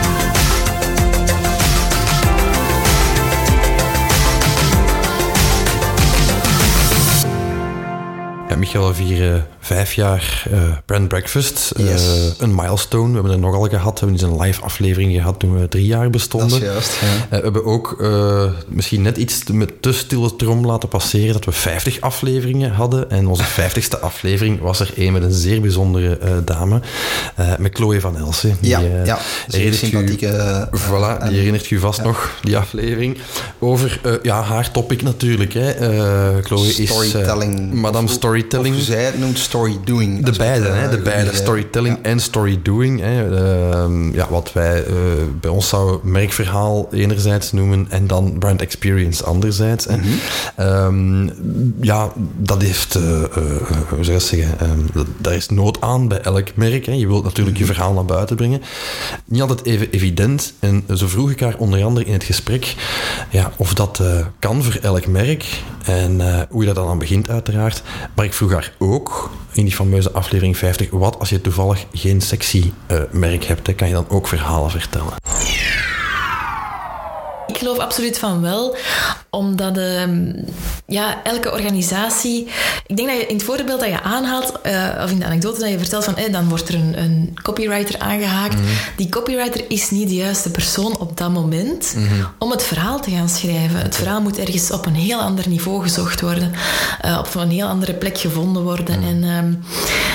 Michael, we vieren 5 jaar Brand Breakfast. Yes. Een milestone. We hebben er nogal gehad. We hebben eens een live aflevering gehad toen we 3 jaar bestonden. Dat is juist, we hebben ook misschien net iets met te stille trom laten passeren dat we 50 afleveringen hadden. En onze 50ste aflevering was er een met een zeer bijzondere dame. Met Chloe van Elsen. Zeer sympathieke. Voilà, die herinnert u vast nog, die aflevering. Over haar topic natuurlijk. Hè. Chloe storytelling. Is Madame Storytelling. Of zij het noemt storydoing. De beide. Storytelling en storydoing. Wat wij bij ons zouden merkverhaal enerzijds noemen en dan brand experience anderzijds. Dat heeft, hoe zou je zeggen, daar is nood aan bij elk merk. Hè. Je wilt natuurlijk je verhaal naar buiten brengen. Niet altijd even evident. En zo vroeg ik haar onder andere in het gesprek of dat kan voor elk merk en hoe je dat dan aan begint uiteraard. Maar ik vroeg haar ook in die fameuze aflevering 50, wat als je toevallig geen sexy merk hebt, hè, kan je dan ook verhalen vertellen? Ik geloof absoluut van wel, omdat elke organisatie... Ik denk dat je in het voorbeeld dat je aanhaalt, of in de anekdote dat je vertelt van dan wordt er een copywriter aangehaakt. Die copywriter is niet de juiste persoon op dat moment om het verhaal te gaan schrijven. Het verhaal moet ergens op een heel ander niveau gezocht worden, op een heel andere plek gevonden worden. En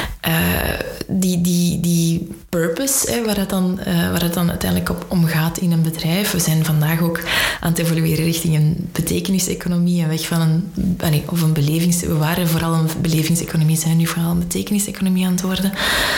die purpose, waar het dan uiteindelijk om gaat in een bedrijf. We zijn vandaag ook aan het evolueren richting een betekeniseconomie en weg van een belevings... We waren vooral een belevingseconomie, zijn nu vooral een betekeniseconomie aan het worden.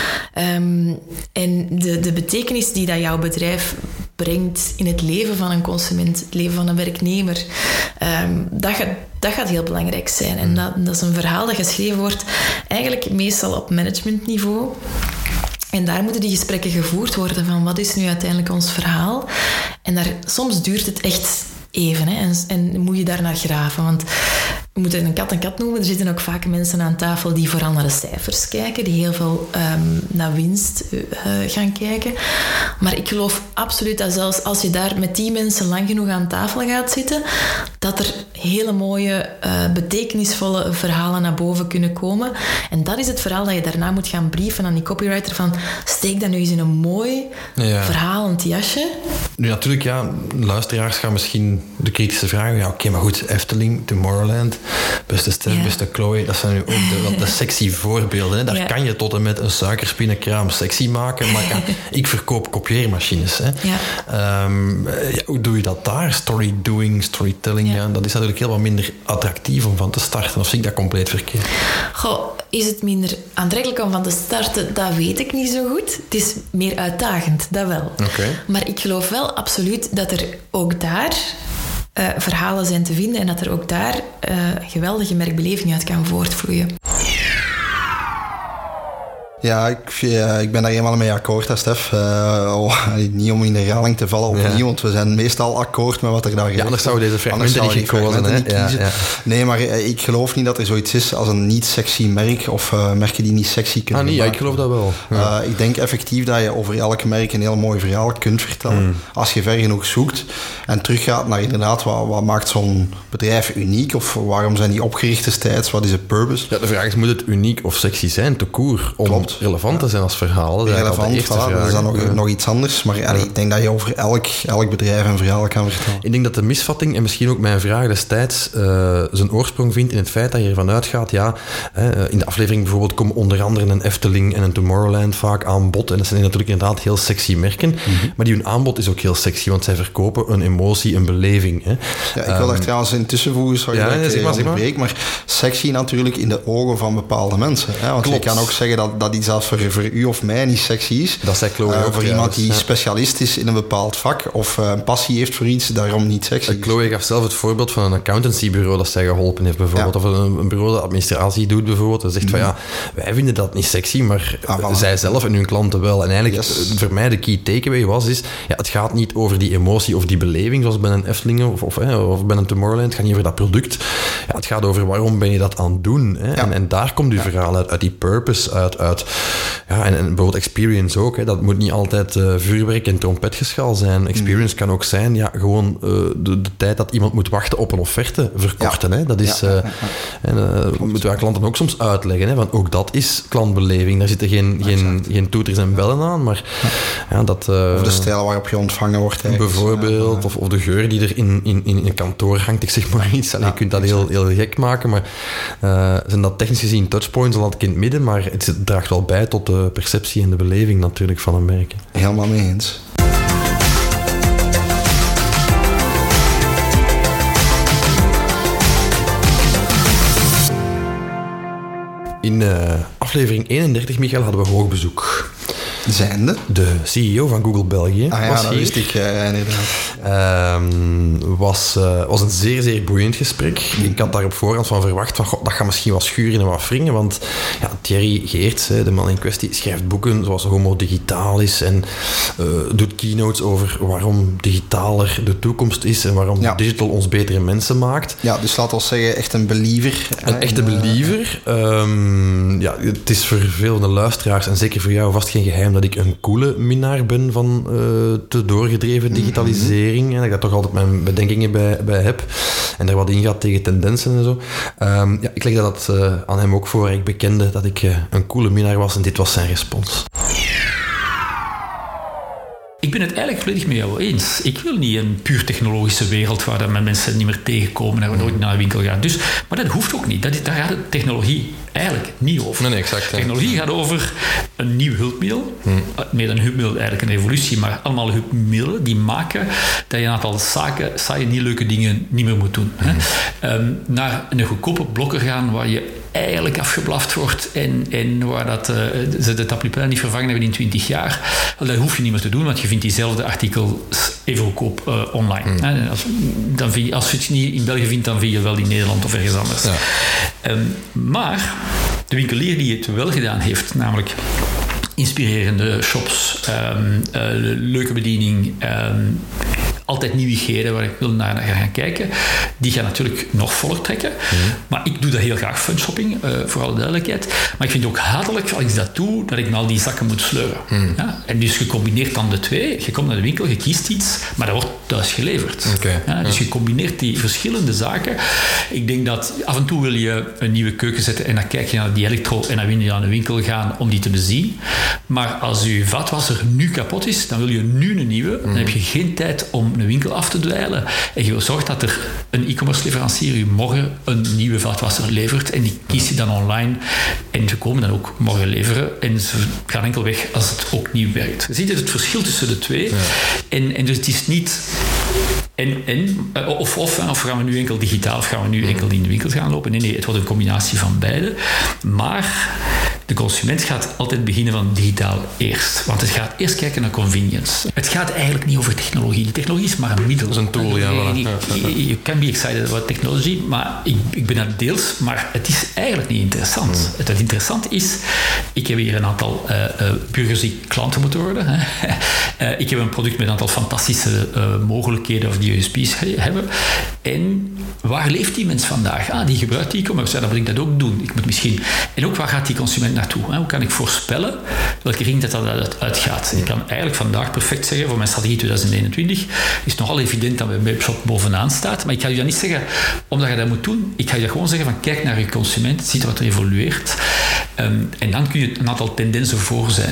En de betekenis die dat jouw bedrijf brengt in het leven van een consument, het leven van een werknemer, dat gaat heel belangrijk zijn. En dat is een verhaal dat geschreven wordt eigenlijk meestal op managementniveau. En daar moeten die gesprekken gevoerd worden van wat is nu uiteindelijk ons verhaal. En soms duurt het echt even en moet je daar naar graven. Want we moeten een kat noemen. Er zitten ook vaak mensen aan tafel die vooral naar de cijfers kijken, die heel veel naar winst gaan kijken. Maar ik geloof absoluut dat zelfs als je daar met die mensen lang genoeg aan tafel gaat zitten, dat er hele mooie, betekenisvolle verhalen naar boven kunnen komen. En dat is het verhaal dat je daarna moet gaan brieven aan die copywriter van steek dat nu eens in een mooi verhalend jasje. Nu natuurlijk, luisteraars gaan misschien de kritische vragen. Ja, oké, maar goed, Efteling, Tomorrowland. beste Stef, beste Chloe, dat zijn nu ook de sexy voorbeelden. Hè. Daar kan je tot en met een suikerspinnenkraam sexy maken, maar ik verkoop kopieermachines. Hè. Hoe doe je dat daar? Storytelling, dat is natuurlijk heel wat minder attractief om van te starten. Of zie ik dat compleet verkeerd? Goh, is het minder aantrekkelijk om van te starten? Dat weet ik niet zo goed. Het is meer uitdagend, dat wel. Okay. Maar ik geloof wel absoluut dat er ook daar verhalen zijn te vinden en dat er ook daar geweldige merkbeleving uit kan voortvloeien. Ja, ik ben daar helemaal mee akkoord, Stef. Niet om in de herhaling te vallen opnieuw, want we zijn meestal akkoord met wat er daar gezegd wordt. Anders zouden deze fragmenten niet gekozen. Ja. Nee, maar ik geloof niet dat er zoiets is als een niet-sexy merk of merken die niet sexy kunnen maken. Ik geloof dat wel. Ja. Ik denk effectief dat je over elk merk een heel mooi verhaal kunt vertellen. Als je ver genoeg zoekt en teruggaat naar inderdaad wat maakt zo'n bedrijf uniek of waarom zijn die opgericht destijds, wat is de purpose? Ja, de vraag is, moet het uniek of sexy zijn, te koer, om relevant te zijn als verhaal? Relevant, dat is dan nog iets anders. Maar ik denk dat je over elk bedrijf een verhaal kan vertellen. Ik denk dat de misvatting, en misschien ook mijn vraag destijds, zijn oorsprong vindt in het feit dat je ervan uitgaat, in de aflevering bijvoorbeeld komen onder andere een Efteling en een Tomorrowland vaak aan bod. En dat zijn natuurlijk inderdaad heel sexy merken. Maar die hun aanbod is ook heel sexy, want zij verkopen een emotie, een beleving. Hè. Ja, ik wil daar trouwens in tussenvoegen, zeg maar sexy natuurlijk in de ogen van bepaalde mensen. Hè? Want je kan ook zeggen dat die zelfs voor u of mij niet sexy is. Dat zei Chloe ook. Voor iemand die specialist is in een bepaald vak of een passie heeft voor iets, daarom niet sexy is. Chloe gaf zelf het voorbeeld van een accountancybureau dat zij geholpen heeft bijvoorbeeld. Of een bureau dat administratie doet bijvoorbeeld. Dat zegt van wij vinden dat niet sexy, maar zij zelf en hun klanten wel. En eigenlijk voor mij de key takeaway is, het gaat niet over die emotie of die beleving zoals bij een Efteling of bij een Tomorrowland. Het gaat niet over dat product. Ja, het gaat over waarom ben je dat aan het doen. Hè? En daar komt uw verhaal uit die purpose, uit en bijvoorbeeld experience ook. Hè. Dat moet niet altijd vuurwerk en trompetgeschal zijn. Experience kan ook zijn, gewoon de tijd dat iemand moet wachten op een offerte verkorten. Hè. Dat is, moeten wij klanten ook soms uitleggen. Hè, want ook dat is klantbeleving. Daar zitten geen toeters en bellen aan, maar dat... of de stijl waarop je ontvangen wordt. Bijvoorbeeld, of de geur die er in een kantoor hangt, ik zeg maar iets. Je kunt dat heel gek maken, maar zijn dat technisch gezien touchpoints, al had ik in het midden, maar het draagt wel bij tot de perceptie en de beleving natuurlijk van een merk. Helemaal mee eens. In aflevering 31, Michael, hadden we hoog bezoek. Zijnde? De CEO van Google België was dat hier. wist ik inderdaad. Was een zeer, zeer boeiend gesprek. Ik had daar op voorhand van verwacht van, dat gaat misschien wat schuren en wat wringen, want Thierry Geerts, de man in kwestie, schrijft boeken zoals Homo Digitalis en doet keynotes over waarom digitaler de toekomst is en waarom digital ons betere mensen maakt. Ja, dus laat ons zeggen, echt een believer. Een echte believer. Het is voor veel van de luisteraars en zeker voor jou vast geen geheim dat ik een coole minnaar ben van te doorgedreven digitalisering. En dat ik daar toch altijd mijn bedenkingen bij heb. En daar wat ingaat tegen tendensen en zo. Ik legde dat aan hem ook voor. Ik bekende dat ik een coole minnaar was en dit was zijn respons. Ik ben het eigenlijk volledig met jou eens. Ik wil niet een puur technologische wereld waar dat mensen niet meer tegenkomen en we nooit naar de winkel gaan. Maar dat hoeft ook niet. Daar gaat de technologie eigenlijk niet over. Nee, exact. Technologie gaat over een nieuw hulpmiddel. Meer een hulpmiddel, eigenlijk een evolutie, maar allemaal hulpmiddelen die maken dat je een aantal saaie, niet leuke dingen niet meer moet doen. Naar een goedkope blokker gaan waar je eigenlijk afgeblaft wordt en waar ze de tablipijn niet vervangen hebben in 20 jaar. Dat hoef je niet meer te doen, want je vindt diezelfde artikels even goedkoop online. Als je het niet in België vindt, dan vind je het wel in Nederland of ergens anders. Ja. Maar de winkelier die het wel gedaan heeft, namelijk inspirerende shops, leuke bediening, altijd nieuwigheden waar ik wil naar gaan kijken, die gaan natuurlijk nog volk trekken. Maar ik doe dat heel graag, funshopping, voor alle duidelijkheid. Maar ik vind het ook hatelijk als ik dat doe, dat ik me al die zakken moet sleuren. Ja? En dus je combineert dan de twee. Je komt naar de winkel, je kiest iets, maar dat wordt thuis geleverd. Dus je combineert die verschillende zaken. Ik denk dat af en toe wil je een nieuwe keuken zetten en dan kijk je naar die elektro en dan wil je naar een winkel gaan om die te bezien. Maar als je vaatwasser nu kapot is, dan wil je nu een nieuwe. Dan heb je geen tijd om een winkel af te dweilen. En je wil zorgen dat er een e-commerce leverancier je morgen een nieuwe vaatwasser levert en die kies je dan online en ze komen dan ook morgen leveren en ze gaan enkel weg als het ook niet werkt. Je ziet het verschil tussen de twee. En dus het is niet of gaan we nu enkel digitaal of gaan we nu enkel in de winkel gaan lopen. Nee, het wordt een combinatie van beide. Maar de consument gaat altijd beginnen van digitaal eerst. Want het gaat eerst kijken naar convenience. Het gaat eigenlijk niet over technologie. De technologie is maar een middel. Dat is een tool, ja. You can be excited about technology, maar ik ben dat deels, maar het is eigenlijk niet interessant. Het interessant is, ik heb hier een aantal burgers die klanten moeten worden. Ik heb een product met een aantal fantastische mogelijkheden of die USP's hebben. En waar leeft die mens vandaag? Die gebruikt e-commerce. Ja, dan moet ik dat ook doen. Ik moet misschien... En ook waar gaat die consument naartoe? Hoe kan ik voorspellen welke richting dat uitgaat? Ik kan eigenlijk vandaag perfect zeggen, voor mijn strategie 2021 is het nogal evident dat mijn webshop bovenaan staat, maar ik ga je dat niet zeggen omdat je dat moet doen. Ik ga je gewoon zeggen van kijk naar je consument, zie wat er evolueert en dan kun je een aantal tendensen voor zijn.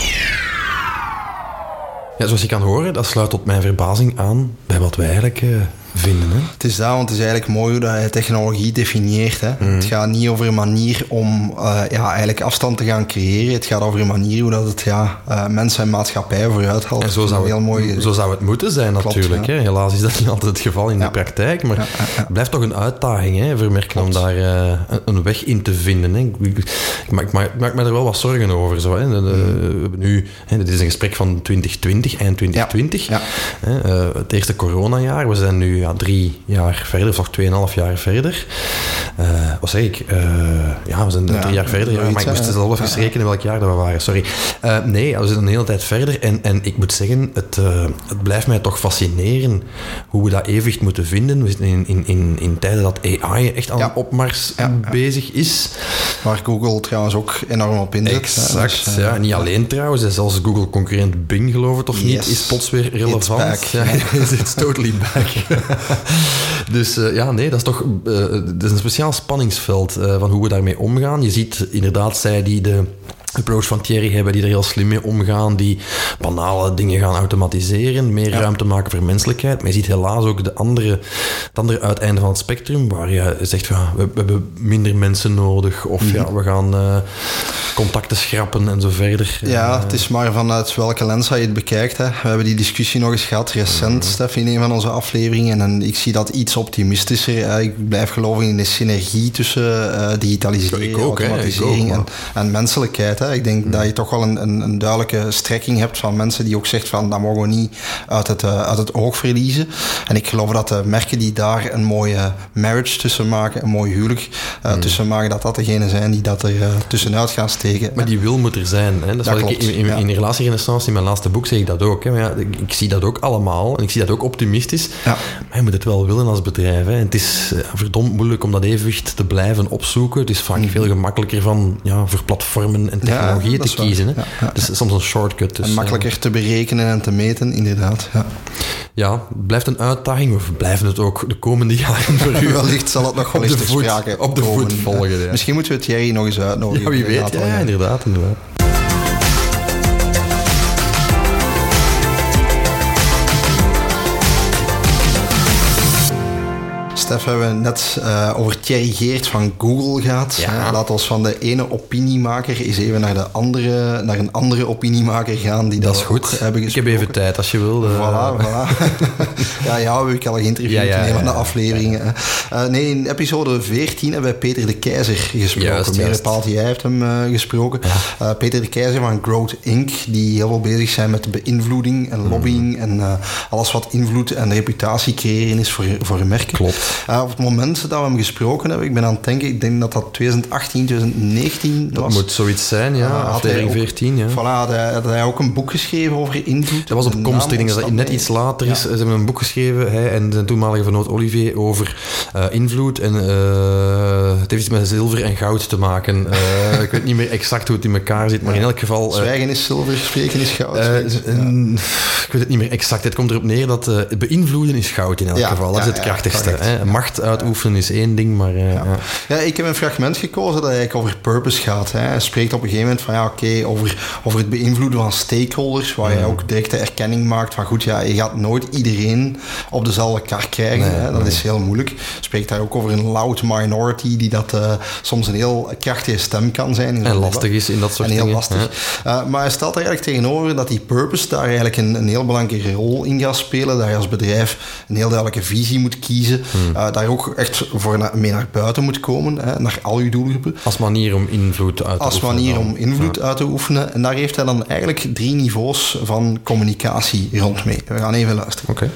Ja, zoals je kan horen, dat sluit tot mijn verbazing aan bij wat wij eigenlijk vinden. Hè? Het is dat, want het is eigenlijk mooi hoe dat je technologie definieert. Hè. Het gaat niet over een manier om eigenlijk afstand te gaan creëren. Het gaat over een manier hoe dat het mensen en maatschappij vooruit haalt. En zo zou het moeten zijn natuurlijk. Klopt, hè. Helaas is dat niet altijd het geval in de praktijk, maar het blijft toch een uitdaging, hè, vermerken, om daar een weg in te vinden. Hè. Ik maak me er wel wat zorgen over. Zo, hè. We hebben nu, dit is een gesprek van 2020, eind 2020. Het eerste coronajaar. We zijn nu 3 jaar verder, of nog 2,5 jaar verder. Wat zeg ik? We zijn 3 jaar verder, maar ik moest zelf even rekenen welk jaar dat we waren. Sorry. Nee, we zijn een hele tijd verder en ik moet zeggen, het blijft mij toch fascineren hoe we dat evenwicht moeten vinden. We zitten in tijden dat AI echt aan een opmars bezig is. Waar Google trouwens ook enorm op inzet. Exact, en niet alleen trouwens. Zelfs Google-concurrent Bing, geloof het of niet, is plots weer relevant. It's totally back. Dus dat is toch dat is een speciaal spanningsveld van hoe we daarmee omgaan. Je ziet inderdaad, zij die de approach van Thierry hebben, die er heel slim mee omgaan, die banale dingen gaan automatiseren, meer ruimte maken voor menselijkheid. Maar je ziet helaas ook het andere uiteinde van het spectrum, waar je zegt, we hebben minder mensen nodig, of we gaan contacten schrappen en zo verder. Ja, het is maar vanuit welke lens je het bekijkt. Hè. We hebben die discussie nog eens gehad, recent, Stef, in een van onze afleveringen, en ik zie dat iets optimistischer. Ik blijf geloven in de synergie tussen digitalisering, automatisering en menselijkheid. Ik denk dat je toch wel een duidelijke strekking hebt van mensen die ook zegt van dat mogen we niet uit het oog verliezen. En ik geloof dat de merken die daar een mooie marriage tussen maken, een mooi huwelijk tussen maken, dat degene zijn die dat er tussenuit gaan steken. Maar die wil moet er zijn. Hè? Dat is wat ik in Relatierenaissance, in mijn laatste boek, zeg ik dat ook. Hè? Maar ik zie dat ook allemaal en ik zie dat ook optimistisch. Ja. Maar je moet het wel willen als bedrijf. Hè? En het is verdomd moeilijk om dat evenwicht te blijven opzoeken. Het is vaak veel gemakkelijker voor platformen en technologieën te kiezen. Hè? Dus soms een shortcut. Dus, en makkelijker te berekenen en te meten, inderdaad. Ja, het blijft een uitdaging. We blijven het ook de komende jaren voor u. Wellicht zal het nog wel eens op de voet volgen. Ja. Misschien moeten we Thierry nog eens uitnodigen. Ja, wie weet. Ja, inderdaad. Stef, we hebben net over Thierry Geert van Google gehad. Ja. Laat ons van de ene opiniemaker eens even naar een andere opiniemaker gaan. Die dat is goed. Hebben gesproken. Ik heb even tijd als je wil. Voilà. Ja, heb ik al geïnterviewd in een van de afleveringen. Nee, in episode 14 hebben we Peter de Keizer gesproken. Meer bepaald, jij hebt hem gesproken. Ja. Peter de Keizer van Growth Inc., die heel veel bezig zijn met beïnvloeding en lobbying en alles wat invloed en reputatie creëren is voor merken. Klopt. Op het moment dat we hem gesproken hebben, ik ben aan het denken, ik denk dat 2018, 2019 was. Dat moet zoiets zijn, ja. Aflevering 14, ja. Voilà, had hij ook een boek geschreven over invloed. Dat was op komst, ik denk dat net iets later is. Ze hebben een boek geschreven, hij en zijn toenmalige vernoot Olivier, over invloed. En het heeft iets met zilver en goud te maken. Ik weet niet meer exact hoe het in elkaar zit, maar in elk geval... Zwijgen is zilver, spreken is goud. Ik weet het niet meer exact. Het komt erop neer dat beïnvloeden is goud in elk geval. Dat is het krachtigste. Macht uitoefenen is één ding, maar... ik heb een fragment gekozen dat eigenlijk over purpose gaat. Hij spreekt op een gegeven moment van over het beïnvloeden van stakeholders, waar je ook direct de erkenning maakt van goed, je gaat nooit iedereen op dezelfde kar krijgen. Dat is heel moeilijk. Hij spreekt daar ook over een loud minority die dat soms een heel krachtige stem kan zijn. En lastig is in dat soort dingen. En heel lastig. Maar hij stelt er eigenlijk tegenover dat die purpose daar eigenlijk een heel belangrijke rol in gaat spelen, dat je als bedrijf een heel duidelijke visie moet kiezen, daar ook echt mee naar buiten moet komen, naar al je doelgroepen. Als manier om invloed uit te oefenen. En daar heeft hij dan eigenlijk 3 niveaus van communicatie rond mee. We gaan even luisteren. Oké.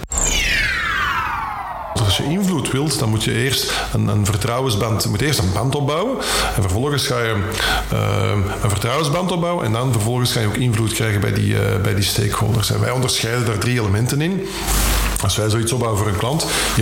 Als je invloed wilt, dan moet je eerst een vertrouwensband... Je moet eerst een band opbouwen. En vervolgens ga je een vertrouwensband opbouwen. En dan vervolgens ga je ook invloed krijgen bij die stakeholders. En wij onderscheiden daar 3 elementen in. Als wij zoiets opbouwen voor een klant, je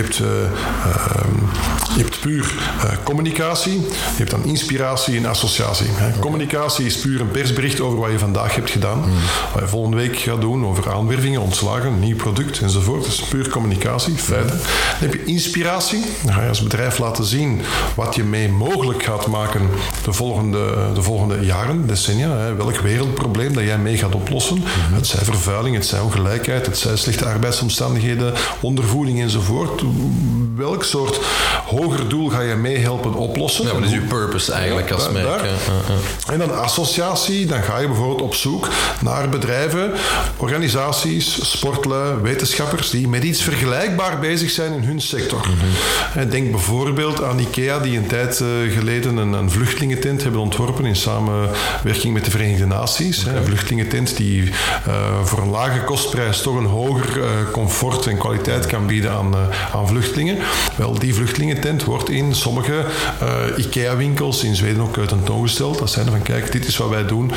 hebt puur communicatie, je hebt dan inspiratie en associatie. Communicatie is puur een persbericht over wat je vandaag hebt gedaan, wat je volgende week gaat doen over aanwervingen, ontslagen, een nieuw product enzovoort. Dat is puur communicatie, feiten. Dan heb je inspiratie, dan ga je als bedrijf laten zien wat je mee mogelijk gaat maken de volgende jaren, decennia. Welk wereldprobleem dat jij mee gaat oplossen. Het zij vervuiling, het zij ongelijkheid, het zij slechte arbeidsomstandigheden, ondervoeding enzovoort. Welk soort hoger doel ga je meehelpen oplossen? Ja, wat is je purpose eigenlijk als merk? En dan associatie, dan ga je bijvoorbeeld op zoek naar bedrijven, organisaties, sportlui, wetenschappers die met iets vergelijkbaar bezig zijn in hun sector. Denk bijvoorbeeld aan IKEA, die een tijd geleden een vluchtelingentent hebben ontworpen in samenwerking met de Verenigde Naties. Een vluchtelingentent die voor een lage kostprijs toch een hoger comfort en kwaliteit kan bieden aan vluchtelingen. Wel, die vluchtelingentent wordt in sommige IKEA-winkels in Zweden ook tentoongesteld. Dat zijn van, kijk, dit is wat wij doen.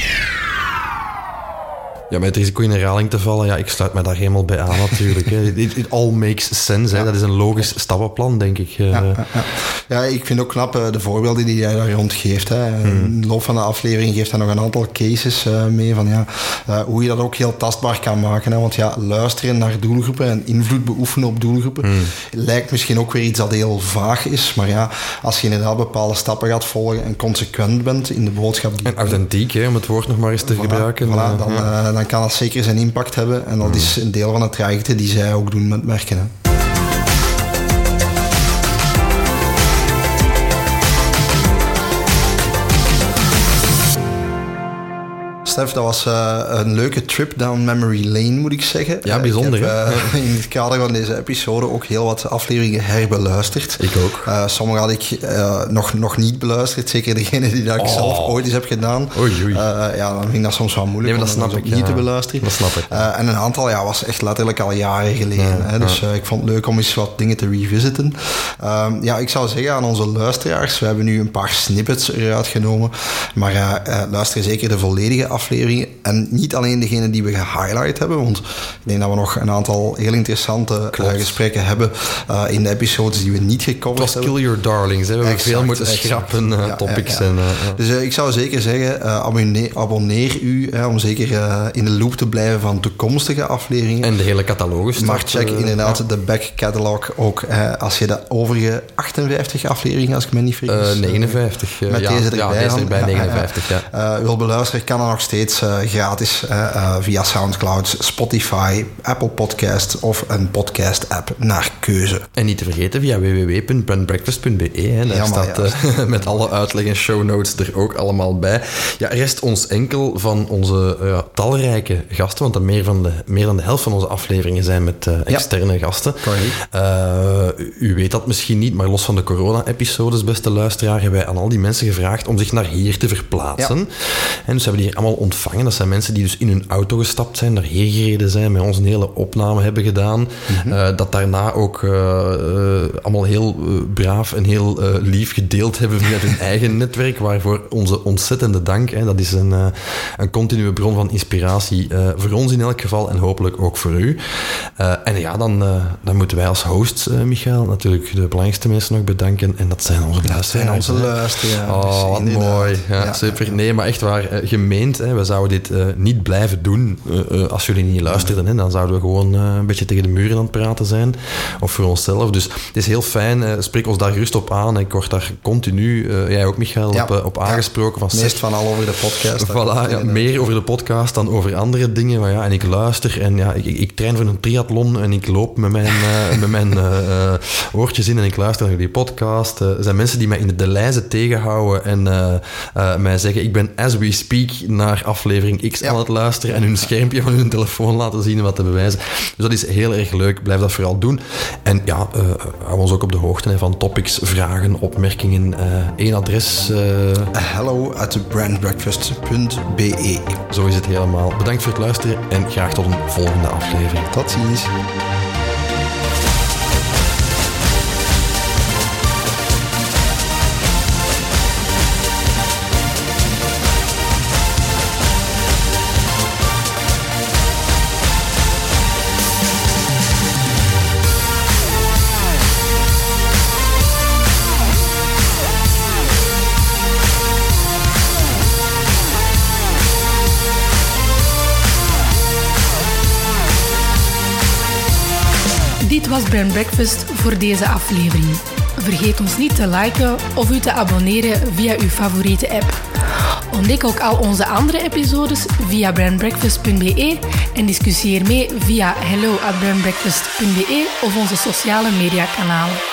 Ja, met het risico in herhaling te vallen, ik sluit mij daar helemaal bij aan natuurlijk. It all makes sense. Dat is een logisch stappenplan, denk ik. Ja, ik vind ook knap de voorbeelden die hij daar rond geeft. In de loop van de aflevering geeft hij nog een aantal cases mee van hoe je dat ook heel tastbaar kan maken. Want luisteren naar doelgroepen en invloed beoefenen op doelgroepen lijkt misschien ook weer iets dat heel vaag is. Maar als je inderdaad bepaalde stappen gaat volgen en consequent bent in de boodschap. En authentiek, om het woord nog maar eens te gebruiken. Dan kan dat zeker zijn impact hebben. En dat is een deel van het traject die zij ook doen met merken. Stef, dat was een leuke trip down memory lane, moet ik zeggen. Ja, bijzonder. Ik heb in het kader van deze episode ook heel wat afleveringen herbeluisterd. Ik ook. Sommige had ik nog niet beluisterd. Zeker degene die dat ik zelf ooit eens heb gedaan. Oei. Dan vind ik dat soms wel moeilijk om dat ook niet te beluisteren. Dat snap ik. En een aantal was echt letterlijk al jaren geleden. Dus ik vond het leuk om eens wat dingen te revisiten. Ik zou zeggen aan onze luisteraars, we hebben nu een paar snippets eruit genomen. Maar luister zeker de volledige afleveringen. En niet alleen degene die we gehighlight hebben, want ik denk dat we nog een aantal heel interessante gesprekken hebben in de episodes die we niet gecoverd hebben. Kill your darlings. We hebben veel moeten schrappen topics. Dus ik zou zeker zeggen, abonneer u om zeker in de loop te blijven van toekomstige afleveringen. En de hele catalogus. Maar check inderdaad de back catalog ook als je de overige 58 afleveringen, als ik me niet vergis. 59. Met deze erbij. Deze erbij 59, wil beluisteren, kan er nog steeds gratis via Soundcloud, Spotify, Apple Podcast of een podcast-app naar keuze. En niet te vergeten via www.brandbreakfast.be. Daar staat met alle uitleg en show notes er ook allemaal bij. Ja, rest ons enkel van onze talrijke gasten, want meer dan de helft van onze afleveringen zijn met externe gasten. U weet dat misschien niet, maar los van de corona-episodes, beste luisteraar, hebben wij aan al die mensen gevraagd om zich naar hier te verplaatsen. En dus hebben die hier allemaal ontvangen. Dat zijn mensen die dus in hun auto gestapt zijn, daarheen gereden zijn, met ons een hele opname hebben gedaan. Dat daarna ook allemaal heel braaf en heel lief gedeeld hebben via hun eigen netwerk, waarvoor onze ontzettende dank. Hè. Dat is een continue bron van inspiratie voor ons in elk geval en hopelijk ook voor u. En ja, dan moeten wij als hosts, Michael, natuurlijk de belangrijkste mensen nog bedanken. En dat zijn onze luisteraars. Oh, wat mooi. Ja, super. Nee, maar echt waar, gemeend. Hè. We zouden dit niet blijven doen als jullie niet luisterden. Hè. Dan zouden we gewoon een beetje tegen de muren aan het praten zijn. Of voor onszelf. Dus het is heel fijn. Spreek ons daar gerust op aan. Ik word daar continu, jij ook Michael, op aangesproken. Van meest van al over de podcast. Voilà, meer over de podcast dan over andere dingen. Maar ja, en ik luister en ja, ik train voor een triathlon en ik loop met mijn oortjes in en ik luister naar die podcast. Er zijn mensen die mij in de lijzen tegenhouden en mij zeggen, ik ben as we speak naar aflevering X aan het luisteren en hun schermpje van hun telefoon laten zien wat te bewijzen. Dus dat is heel erg leuk. Blijf dat vooral doen. En ja, hou ons ook op de hoogte van topics, vragen, opmerkingen. Eén adres. hello@brandbreakfast.be. Zo is het helemaal. Bedankt voor het luisteren en graag tot een volgende aflevering. Tot ziens. Dit was Brand Breakfast voor deze aflevering. Vergeet ons niet te liken of u te abonneren via uw favoriete app. Ontdek ook al onze andere episodes via brandbreakfast.be en discussieer mee via hello@brandbreakfast.be of onze sociale mediakanalen.